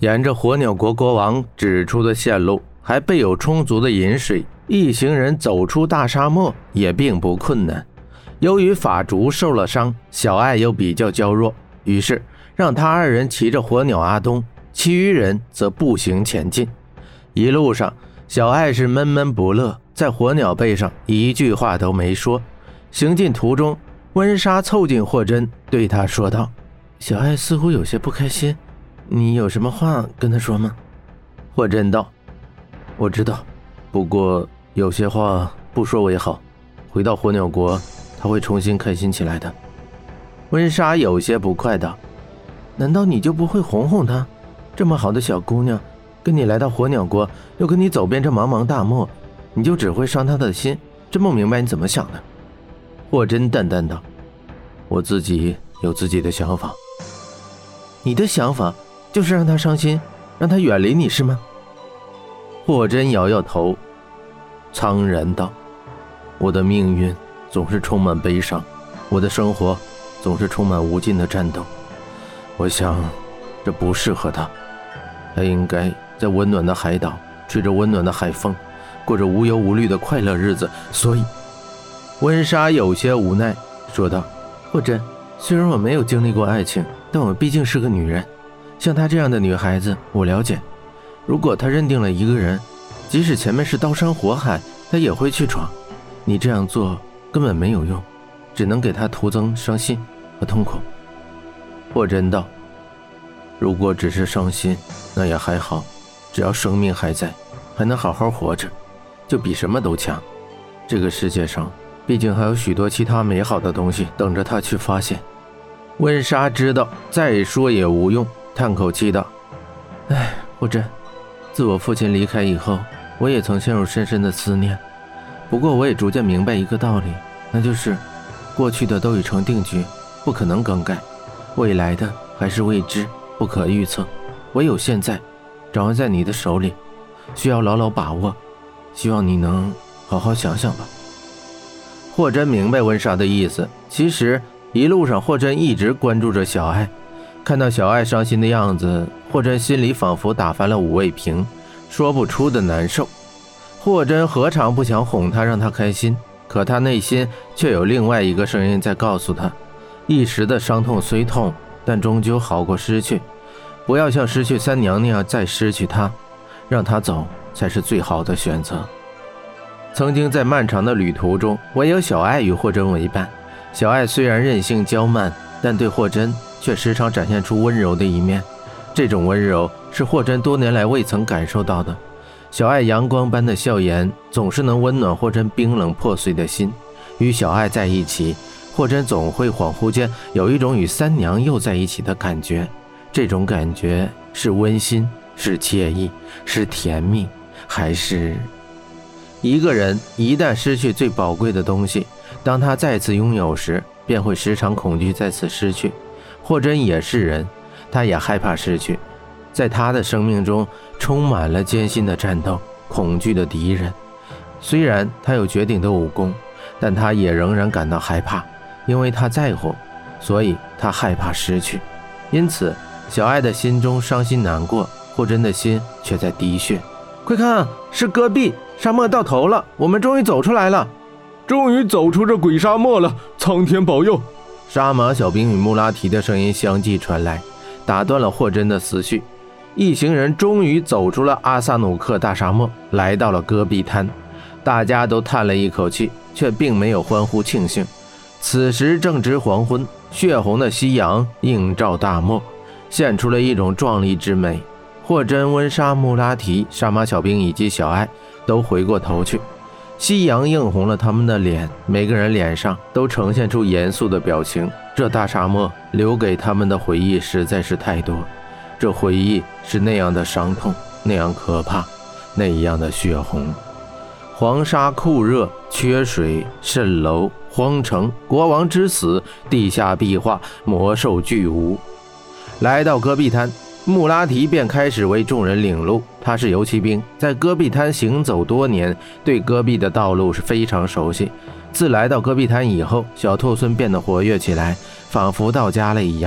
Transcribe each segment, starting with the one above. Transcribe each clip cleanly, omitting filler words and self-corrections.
沿着火鸟国国王指出的线路，还备有充足的饮水，一行人走出大沙漠也并不困难。由于法竹受了伤，小爱又比较娇弱，于是让他二人骑着火鸟阿东，其余人则步行前进。一路上，小爱是闷闷不乐，在火鸟背上一句话都没说。行进途中，温莎凑近霍真，对他说道：“小爱似乎有些不开心，你有什么话跟他说吗？”霍真道：“我知道，不过有些话不说为好。回到火鸟国，他会重新开心起来的。”温莎有些不快道：“难道你就不会哄哄她？这么好的小姑娘，跟你来到火鸟国，又跟你走遍这茫茫大漠，你就只会伤她的心？真不明白你怎么想的。”霍真淡淡道：“我自己有自己的想法。”“你的想法就是让她伤心，让她远离你是吗？”霍真摇摇头，苍然道：“我的命运总是充满悲伤，我的生活总是充满无尽的战斗。我想这不适合他，他应该在温暖的海岛，吹着温暖的海风，过着无忧无虑的快乐日子。所以……”温莎有些无奈说道：“霍真，虽然我没有经历过爱情，但我毕竟是个女人。像她这样的女孩子，我了解。如果她认定了一个人，即使前面是刀山火海，她也会去闯。你这样做根本没有用，只能给她徒增伤心和痛苦。”霍真道：“如果只是伤心，那也还好，只要生命还在，还能好好活着，就比什么都强。这个世界上毕竟还有许多其他美好的东西等着他去发现。”温莎知道再说也无用，叹口气道：“哎，霍真，自我父亲离开以后，我也曾陷入深深的思念。不过我也逐渐明白一个道理，那就是过去的都已成定局，不可能更改，未来的还是未知，不可预测。唯有现在掌握在你的手里，需要牢牢把握，希望你能好好想想吧。”霍真明白温莎的意思，其实一路上霍真一直关注着小爱，看到小爱伤心的样子，霍真心里仿佛打翻了五味瓶，说不出的难受。霍真何尝不想哄她，让她开心，可她内心却有另外一个声音在告诉她，一时的伤痛虽痛，但终究好过失去，不要像失去三娘那样再失去她，让她走才是最好的选择。曾经在漫长的旅途中，唯有小爱与霍真为伴。小爱虽然任性娇慢，但对霍真却时常展现出温柔的一面，这种温柔是霍真多年来未曾感受到的。小爱阳光般的笑颜总是能温暖霍真冰冷破碎的心。与小爱在一起，霍真总会恍惚间有一种与三娘又在一起的感觉，这种感觉是温馨，是惬意，是甜蜜，还是……一个人一旦失去最宝贵的东西，当他再次拥有时，便会时常恐惧再次失去。霍真也是人，他也害怕失去，在他的生命中充满了艰辛的战斗，恐惧的敌人。虽然他有绝顶的武功，但他也仍然感到害怕，因为他在乎，所以他害怕失去。因此小爱的心中伤心难过，霍真的心却在滴血。快看，是戈壁，沙漠到头了，我们终于走出来了， 终于走出这鬼沙漠了，苍天保佑！ 沙马小兵与穆拉提的声音相继传来，打断了霍真的思绪。一行人终于走出了阿萨努克大沙漠，来到了戈壁滩。大家都叹了一口气，却并没有欢呼庆幸。此时正值黄昏，血红的夕阳映照大漠，现出了一种壮丽之美。霍真、温莎、穆拉提、沙马小兵以及小爱都回过头去，夕阳映红了他们的脸，每个人脸上都呈现出严肃的表情。这大沙漠留给他们的回忆实在是太多，这回忆是那样的伤痛，那样可怕，那样的血红。黄沙酷热，缺水，蜃楼，荒城，国王之死，地下壁画，魔兽巨无。来到戈壁滩，穆拉提便开始为众人领路。他是游骑兵，在戈壁滩行走多年，对戈壁的道路是非常熟悉。自来到戈壁滩以后，小兔孙变得活跃起来，仿佛到家了一样。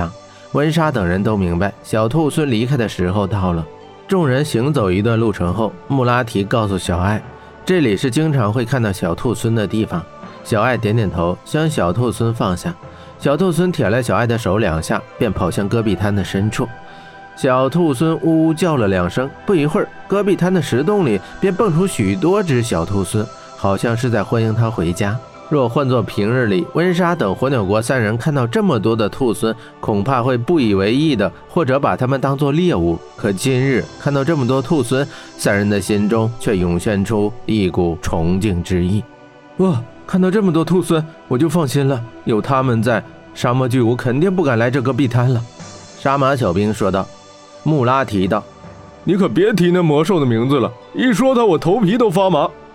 温莎等人都明白小兔孙离开的时候到了。众人行走一段路程后，穆拉提告诉小艾，这里是经常会看到小兔孙的地方。小艾点点头，将小兔孙放下。小兔孙舔了小艾的手2下，便跑向戈壁滩的深处。小兔孙呜呜叫了2声，不一会儿，戈壁滩的石洞里便蹦出许多只小兔孙，好像是在欢迎他回家。若换作平日里，温莎等火鸟国3人看到这么多的兔孙，恐怕会不以为意的，或者把他们当作猎物。可今日看到这么多兔孙，3人的心中却涌现出一股崇敬之意。哇，看到这么多兔孙，我就放心了，有他们在，沙漠巨无肯定不敢来这戈壁滩了。杀马小兵说道。穆拉提道： 你可别提那魔兽的名字了，一说他我头皮都发麻。